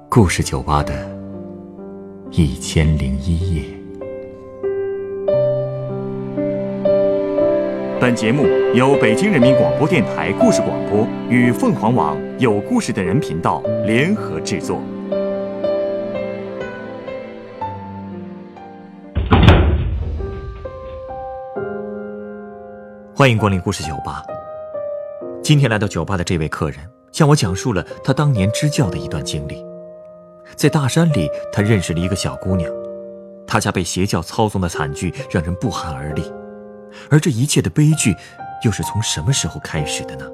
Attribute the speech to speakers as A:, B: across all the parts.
A: 故事酒吧的1001夜。
B: 本节目由北京人民广播电台故事广播与凤凰网有故事的人频道联合制作。
A: 欢迎光临故事酒吧。今天来到酒吧的这位客人向我讲述了他当年支教的一段经历。在大山里，他认识了一个小姑娘，她家被邪教操纵的惨剧让人不寒而栗，而这一切的悲剧又是从什么时候开始的呢？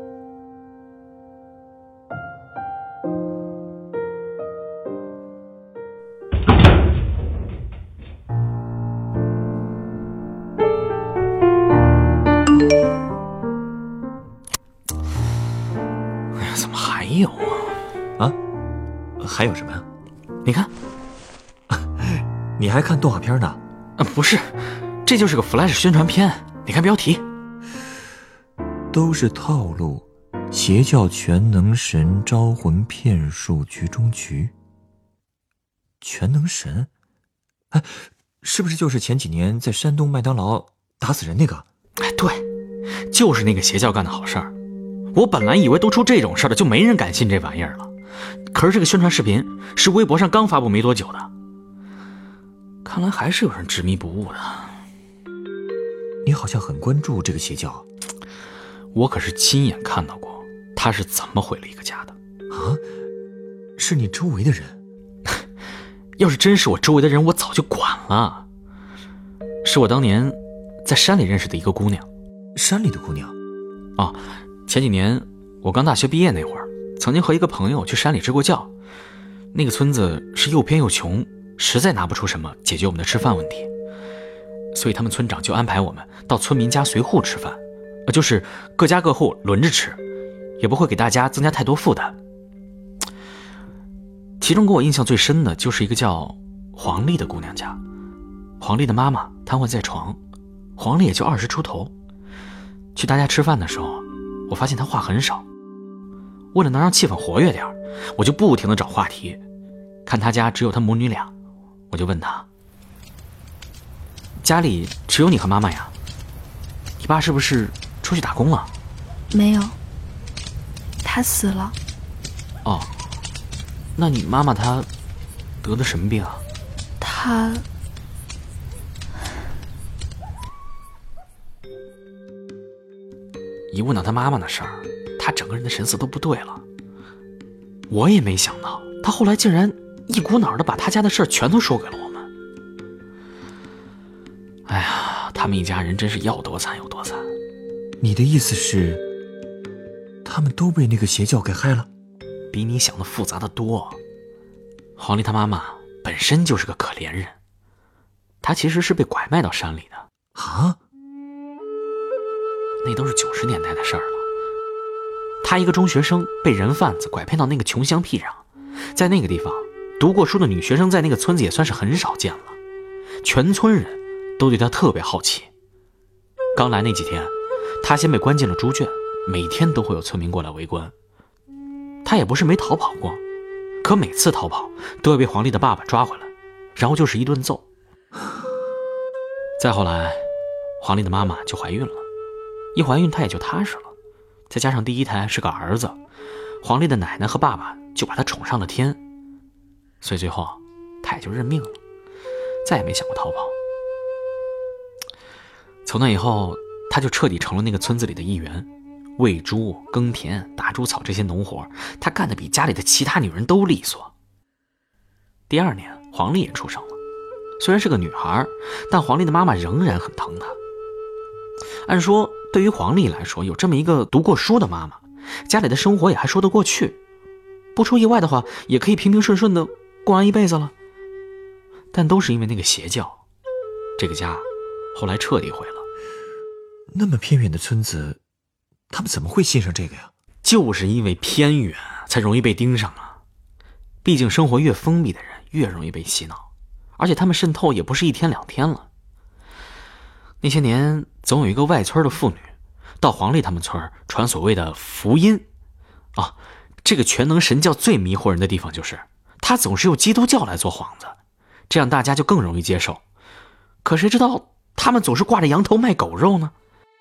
C: 哎呀，怎么还有啊？
A: 还有什么呀？
C: 你看，
A: 你还看动画片呢？
C: 不是，这就是个 Flash 宣传片。你看标题，
A: 都是套路，邪教全能神招魂骗术局中局。全能神？哎，是不是就是前几年在山东麦当劳打死人那个？
C: 哎，对，就是那个邪教干的好事儿。我本来以为都出这种事儿了，就没人敢信这玩意儿了。可是这个宣传视频是微博上刚发布没多久的，看来还是有人执迷不悟的。
A: 你好像很关注这个邪教。
C: 我可是亲眼看到过他是怎么毁了一个家的。
A: 啊？是你周围的人？
C: 要是真是我周围的人，我早就管了。是我当年在山里认识的一个姑娘。
A: 山里的姑娘？
C: 哦，前几年我刚大学毕业那会儿，曾经和一个朋友去山里支过教。那个村子是又偏又穷，实在拿不出什么解决我们的吃饭问题，所以他们村长就安排我们到村民家随户吃饭，就是各家各户轮着吃，也不会给大家增加太多负担。其中给我印象最深的就是一个叫黄丽的姑娘家。黄丽的妈妈瘫痪在床，黄丽也就20出头。去大家吃饭的时候，我发现她话很少。为了能让气氛活跃点，我就不停地找话题。看他家只有他母女俩，我就问他，家里只有你和妈妈呀？你爸是不是出去打工了？
D: 没有，他死了。
C: 哦，那你妈妈她得的什么病啊？
D: 他
C: 一问到他妈妈的事儿，他整个人的神色都不对了。我也没想到他后来竟然一股脑的把他家的事儿全都说给了我们。哎呀，他们一家人真是要多惨有多惨。
A: 你的意思是他们都被那个邪教给害了？
C: 比你想的复杂的多。黄丽他妈妈本身就是个可怜人，她其实是被拐卖到山里的。
A: 啊？
C: 那都是90年代的事儿了。她一个中学生被人贩子拐骗到那个穷乡僻壤，在那个地方读过书的女学生在那个村子也算是很少见了，全村人都对她特别好奇。刚来那几天，她先被关进了猪圈，每天都会有村民过来围观。她也不是没逃跑过，可每次逃跑都要被黄丽的爸爸抓回来，然后就是一顿揍。再后来，黄丽的妈妈就怀孕了，一怀孕她也就踏实了，再加上第一胎是个儿子，黄丽的奶奶和爸爸就把她宠上了天，所以最后她也就认命了，再也没想过逃跑。从那以后，她就彻底成了那个村子里的一员，喂猪、耕田、打猪草这些农活，她干得比家里的其他女人都利索。第2年，黄丽也出生了，虽然是个女孩，但黄丽的妈妈仍然很疼她。按说对于黄丽来说，有这么一个读过书的妈妈，家里的生活也还说得过去，不出意外的话也可以平平顺顺的过完一辈子了。但都是因为那个邪教，这个家后来彻底毁了。
A: 那么偏远的村子，他们怎么会信上这个呀？
C: 就是因为偏远才容易被盯上啊。毕竟生活越封闭的人越容易被洗脑，而且他们渗透也不是1天2天了。那些年总有一个外村的妇女到黄丽他们村传所谓的福音啊。这个全能神教最迷惑人的地方就是他总是用基督教来做幌子，这样大家就更容易接受。可谁知道他们总是挂着羊头卖狗肉呢？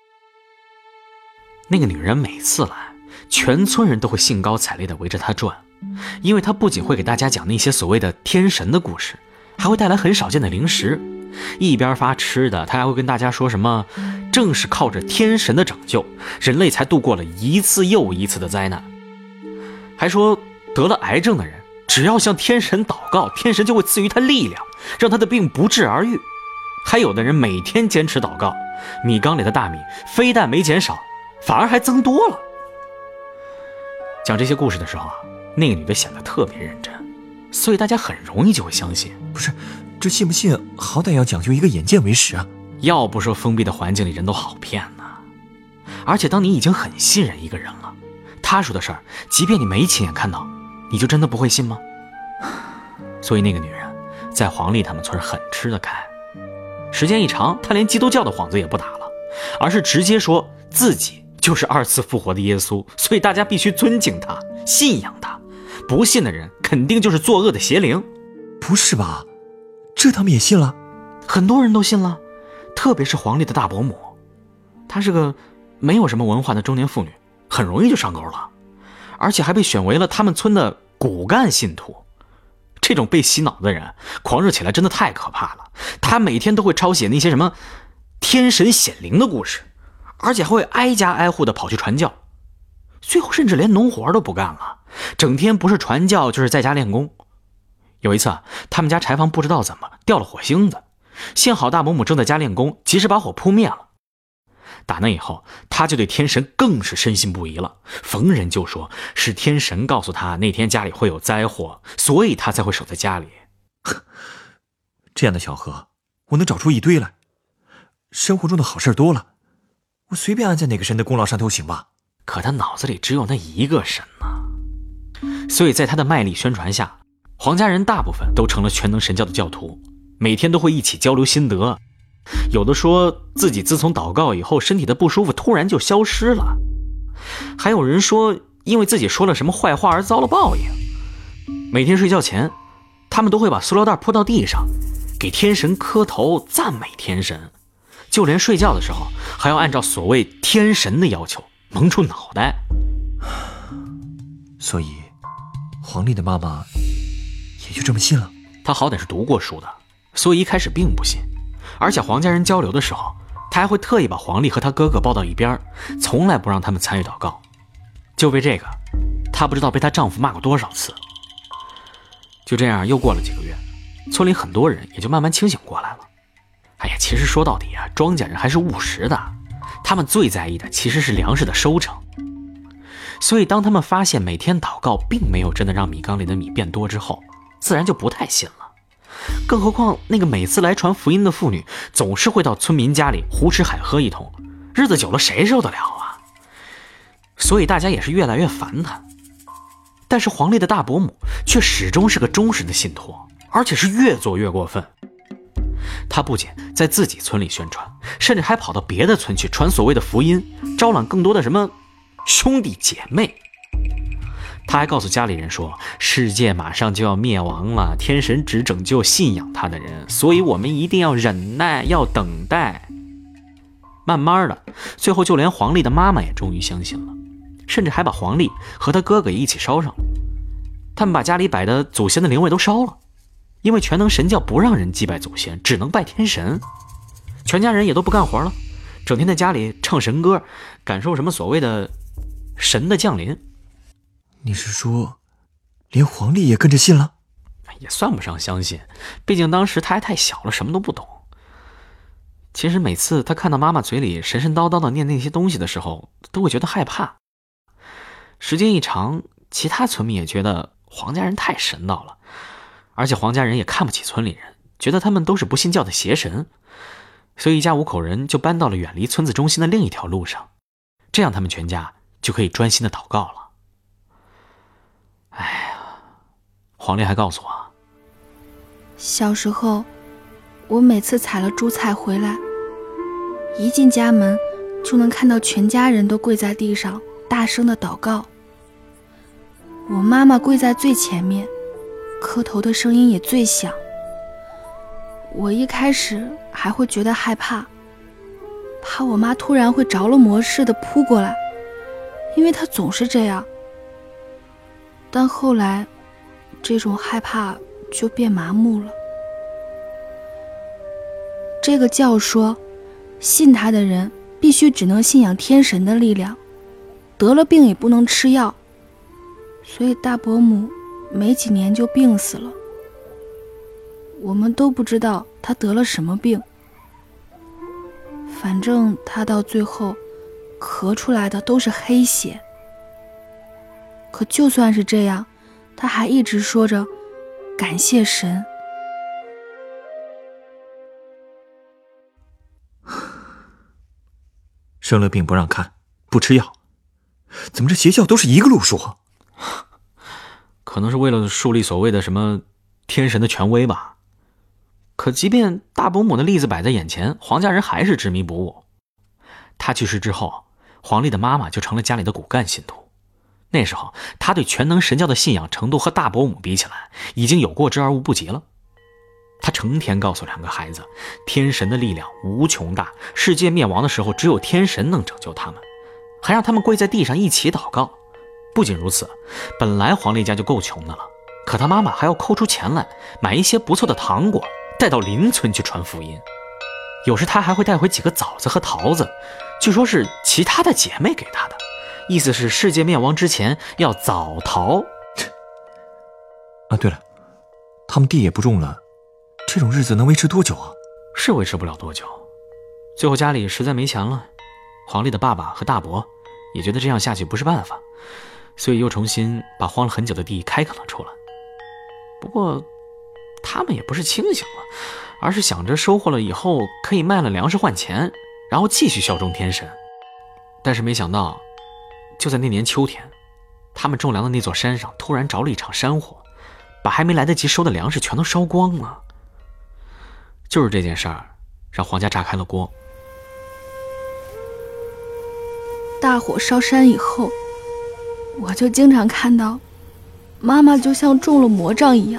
C: 那个女人每次来，全村人都会兴高采烈地围着她转，因为她不仅会给大家讲那些所谓的天神的故事，还会带来很少见的零食。一边发吃的，她还会跟大家说什么正是靠着天神的拯救，人类才度过了一次又一次的灾难。还说得了癌症的人只要向天神祷告，天神就会赐予他力量，让他的病不治而愈。还有的人每天坚持祷告，米缸里的大米非但没减少，反而还增多了。讲这些故事的时候啊，那个女的显得特别认真，所以大家很容易就会相信。
A: 不是，这信不信好歹要讲究一个眼见为实啊。
C: 要不说封闭的环境里人都好骗呢。而且当你已经很信任一个人了，他说的事儿即便你没亲眼看到，你就真的不会信吗？所以那个女人在黄丽他们村很吃得开。时间一长，她连基督教的幌子也不打了，而是直接说自己就是2次复活的耶稣，所以大家必须尊敬他，信仰他。不信的人肯定就是作恶的邪灵。
A: 不是吧？这他们也信了？
C: 很多人都信了，特别是黄丽的大伯母，她是个没有什么文化的中年妇女，很容易就上钩了，而且还被选为了他们村的骨干信徒。这种被洗脑的人狂热起来真的太可怕了，他每天都会抄写那些什么天神显灵的故事，而且还会挨家挨户的跑去传教，最后甚至连农活都不干了，整天不是传教就是在家练功。有一次啊，他们家柴房不知道怎么掉了火星子，幸好大伯母正在家练功，及时把火扑灭了。打那以后，他就对天神更是深信不疑了，逢人就说是天神告诉他那天家里会有灾祸，所以他才会守在家里。
A: 这样的巧合我能找出一堆来，生活中的好事多了，我随便按在哪个神的功劳上都行吧。
C: 可他脑子里只有那一个神呢，所以在他的卖力宣传下，黄家人大部分都成了全能神教的教徒，每天都会一起交流心得。有的说自己自从祷告以后，身体的不舒服突然就消失了，还有人说因为自己说了什么坏话而遭了报应。每天睡觉前，他们都会把塑料袋铺到地上，给天神磕头赞美天神，就连睡觉的时候还要按照所谓天神的要求蒙住脑袋。
A: 所以黄丽的妈妈也就这么信了。
C: 她好歹是读过书的，所以一开始并不信。而且黄家人交流的时候，她还会特意把黄丽和她哥哥抱到一边，从来不让他们参与祷告。就为这个，她不知道被她丈夫骂过多少次。就这样又过了几个月，村里很多人也就慢慢清醒过来了。哎呀，其实说到底啊，庄稼人还是务实的，他们最在意的其实是粮食的收成。所以当他们发现每天祷告并没有真的让米缸里的米变多之后，自然就不太信了。更何况那个每次来传福音的妇女总是会到村民家里胡吃海喝一通，日子久了谁受得了啊？所以大家也是越来越烦他。但是黄丽的大伯母却始终是个忠实的信徒，而且是越做越过分。他不仅在自己村里宣传，甚至还跑到别的村去传所谓的福音，招揽更多的什么兄弟姐妹。他还告诉家里人说，世界马上就要灭亡了，天神只拯救信仰他的人，所以我们一定要忍耐，要等待。慢慢的，最后就连黄丽的妈妈也终于相信了，甚至还把黄丽和他哥哥也一起烧上了。他们把家里摆的祖先的灵位都烧了，因为全能神教不让人祭拜祖先，只能拜天神。全家人也都不干活了，整天在家里唱神歌，感受什么所谓的神的降临。
A: 你是说连黄丽也跟着信了？
C: 也算不上相信，毕竟当时他还太小了，什么都不懂。其实每次他看到妈妈嘴里神神叨叨的念那些东西的时候，都会觉得害怕。时间一长，其他村民也觉得黄家人太神道了，而且黄家人也看不起村里人，觉得他们都是不信教的邪神，所以一家5口人就搬到了远离村子中心的另一条路上，这样他们全家就可以专心的祷告了。哎呀，黄丽还告诉我，
D: 小时候我每次采了猪菜回来，一进家门就能看到全家人都跪在地上大声的祷告。我妈妈跪在最前面， 磕头的声音也最响。我一开始还会觉得害怕，怕我妈突然会着了魔似的扑过来，因为她总是这样。但后来这种害怕就变麻木了。这个教说，信他的人必须只能信仰天神的力量，得了病也不能吃药，所以大伯母没几年就病死了。我们都不知道她得了什么病，反正她到最后咳出来的都是黑血。可就算是这样，她还一直说着感谢神。
A: 生了病不让看，不吃药，怎么这邪教都是一个路数啊？
C: 可能是为了树立所谓的什么天神的权威吧。可即便大伯母的例子摆在眼前，黄家人还是执迷不悟。他去世之后，黄丽的妈妈就成了家里的骨干信徒。那时候他对全能神教的信仰程度和大伯母比起来，已经有过之而无不及了。他成天告诉两个孩子，天神的力量无穷大，世界灭亡的时候只有天神能拯救他们，还让他们跪在地上一起祷告。不仅如此，本来黄丽家就够穷的了，可他妈妈还要抠出钱来买一些不错的糖果，带到邻村去传福音。有时他还会带回几个枣子和桃子，据说是其他的姐妹给他的，意思是世界灭亡之前要早逃。
A: 啊，对了，他们地也不种了，这种日子能维持多久啊？
C: 是维持不了多久，最后家里实在没钱了，黄丽的爸爸和大伯也觉得这样下去不是办法，所以又重新把荒了很久的地开垦了出来。不过他们也不是清醒了，而是想着收获了以后可以卖了粮食换钱，然后继续效忠天神。但是没想到，就在那年秋天，他们种粮的那座山上突然着了一场山火，把还没来得及收的粮食全都烧光了。就是这件事儿让黄家炸开了锅。
D: 大火烧山以后，我就经常看到妈妈就像中了魔杖一样，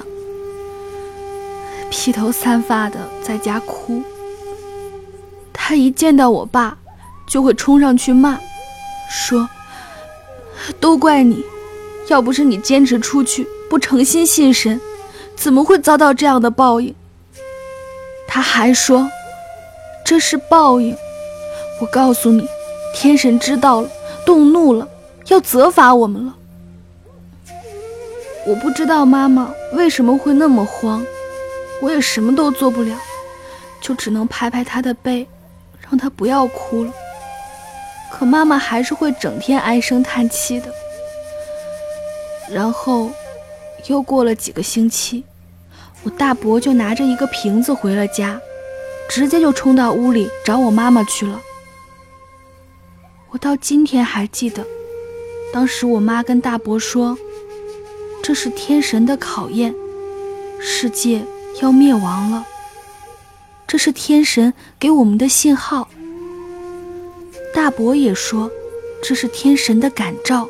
D: 披头散发的在家哭。她一见到我爸就会冲上去骂，说都怪你，要不是你坚持出去不诚心信神，怎么会遭到这样的报应。她还说这是报应，我告诉你，天神知道了，动怒了，要责罚我们了。我不知道妈妈为什么会那么慌，我也什么都做不了，就只能拍拍她的背，让她不要哭了。可妈妈还是会整天唉声叹气的。然后又过了几个星期，我大伯就拿着一个瓶子回了家，直接就冲到屋里找我妈妈去了。我到今天还记得，当时我妈跟大伯说，这是天神的考验，世界要灭亡了，这是天神给我们的信号。大伯也说，这是天神的感召。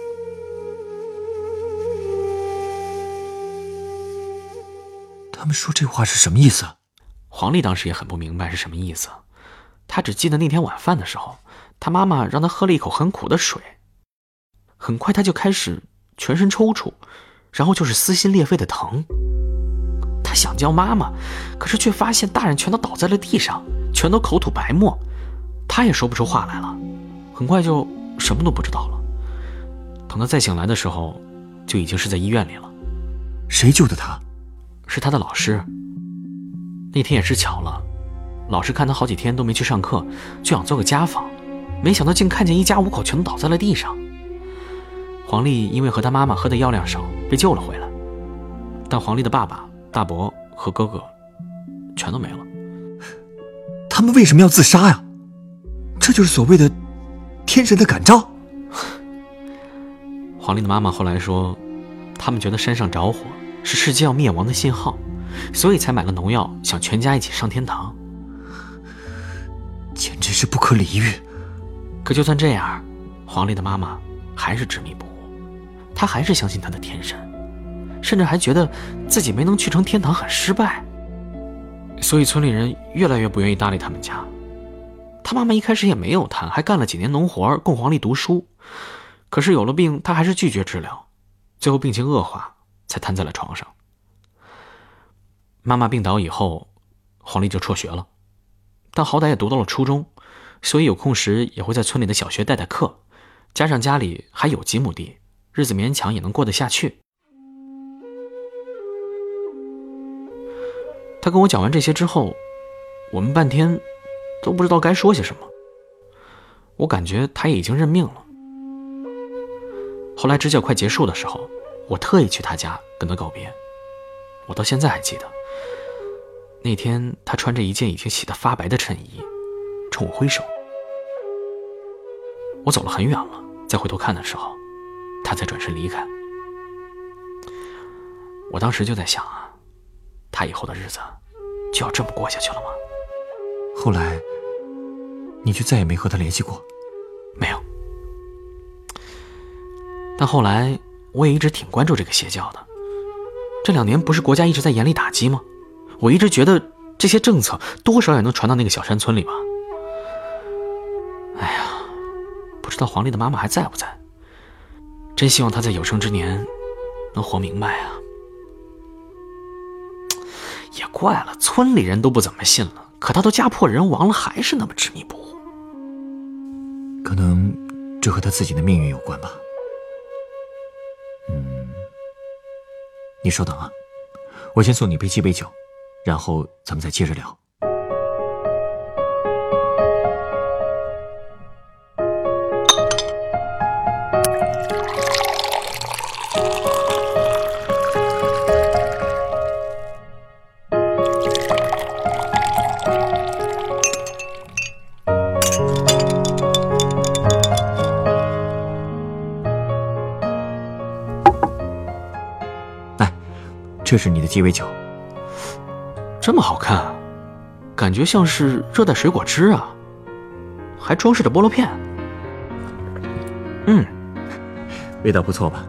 A: 他们说这话是什么意思？
C: 黄丽当时也很不明白是什么意思，她只记得那天晚饭的时候，她妈妈让她喝了一口很苦的水，很快她就开始全身抽搐，然后就是撕心裂肺的疼。她想叫妈妈，可是却发现大人全都倒在了地上，全都口吐白沫，她也说不出话来了，很快就什么都不知道了。等她再醒来的时候，就已经是在医院里了。
A: 谁救的她？
C: 是她的老师。那天也是巧了，老师看她好几天都没去上课，就想做个家访，没想到竟看见一家五口全倒在了地上。黄丽因为和她妈妈喝的药量少，被救了回来，但黄丽的爸爸、大伯和哥哥全都没了。
A: 他们为什么要自杀呀？这就是所谓的天神的感召。
C: 黄丽的妈妈后来说，他们觉得山上着火是世界要灭亡的信号，所以才买了农药，想全家一起上天堂。
A: 简直是不可理喻。
C: 可就算这样，黄丽的妈妈还是执迷不悟，她还是相信她的天神。 甚至还觉得自己没能去成天堂很失败。所以村里人越来越不愿意搭理他们家。他妈妈一开始也没有谈，还干了几年农活供黄丽读书，可是有了病，他还是拒绝治疗，最后病情恶化，才瘫在了床上。妈妈病倒以后，黄丽就辍学了，但好歹也读到了初中，所以有空时也会在村里的小学带带课，加上家里还有几亩地，日子勉强也能过得下去。他跟我讲完这些之后，我们半天都不知道该说些什么。我感觉他也已经认命了。后来支教快结束的时候，我特意去他家跟他告别。我到现在还记得，那天他穿着一件已经洗得发白的衬衣，冲我挥手。我走了很远了，再回头看的时候，他才转身离开。我当时就在想啊，他以后的日子就要这么过下去了吗？
A: 后来你就再也没和他联系过？
C: 没有。但后来我也一直挺关注这个邪教的。这2年不是国家一直在严厉打击吗？我一直觉得这些政策多少也能传到那个小山村里吧。哎呀，不知道黄丽的妈妈还在不在，真希望她在有生之年能活明白啊。也怪了，村里人都不怎么信了，可他都家破人亡了，还是那么执迷不悟。
A: 可能这和他自己的命运有关吧。你稍等啊，我先送你杯鸡尾酒，然后咱们再接着聊。这是你的鸡尾酒。
C: 这么好看，感觉像是热带水果汁啊，还装饰着菠萝片。
A: 味道不错吧？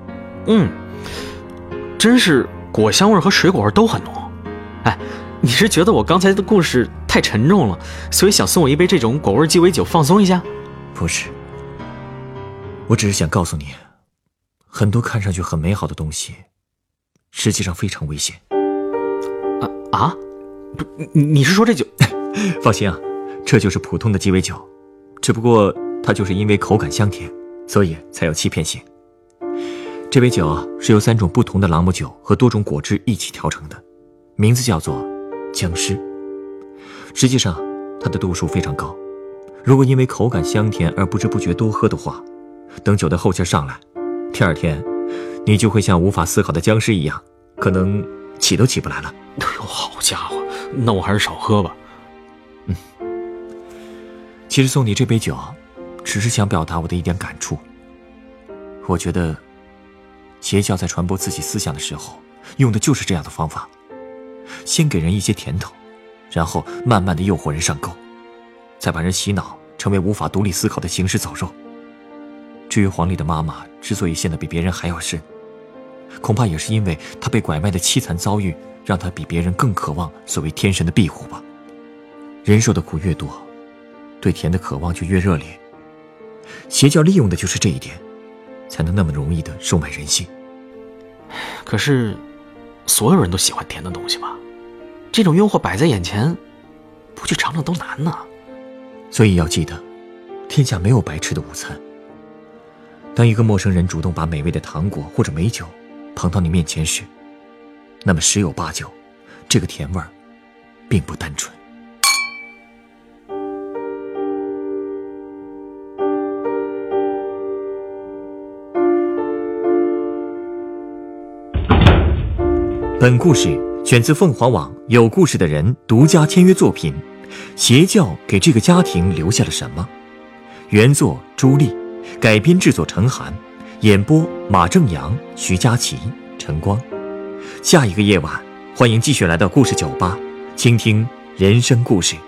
C: 真是果香味和水果味都很浓。哎，你是觉得我刚才的故事太沉重了，所以想送我一杯这种果味鸡尾酒放松一下？
A: 不是，我只是想告诉你，很多看上去很美好的东西实际上非常危险。
C: 不，你是说这酒？
A: 放心啊，这就是普通的鸡尾酒，只不过它就是因为口感香甜，所以才有欺骗性。这杯酒是由3种不同的朗姆酒和多种果汁一起调成的，名字叫做僵尸。实际上它的度数非常高，如果因为口感香甜而不知不觉多喝的话，等酒的后劲上来，第2天你就会像无法思考的僵尸一样，可能起都起不来了。
C: 哎呦，好家伙，那我还是少喝吧。
A: 其实送你这杯酒，只是想表达我的一点感触。我觉得邪教在传播自己思想的时候，用的就是这样的方法，先给人一些甜头，然后慢慢的诱惑人上钩，再把人洗脑成为无法独立思考的行尸走肉。至于黄丽的妈妈之所以陷得比别人还要深，恐怕也是因为她被拐卖的凄惨遭遇，让她比别人更渴望所谓天神的庇护吧。人受的苦越多，对甜的渴望就越热烈。邪教利用的就是这一点，才能那么容易的收买人心。
C: 可是所有人都喜欢甜的东西吧？这种诱惑摆在眼前，不去尝尝都难呢。
A: 所以要记得，天下没有白吃的午餐。当一个陌生人主动把美味的糖果或者美酒捧到你面前时，那么10有8九，这个甜味儿并不单纯。本故事选自凤凰网有故事的人独家签约作品《邪教给这个家庭留下了什么》，原作朱莉，改编制作陈寒，演播马正阳、徐佳琪、陈光。下一个夜晚，欢迎继续来到故事酒吧，倾听人生故事。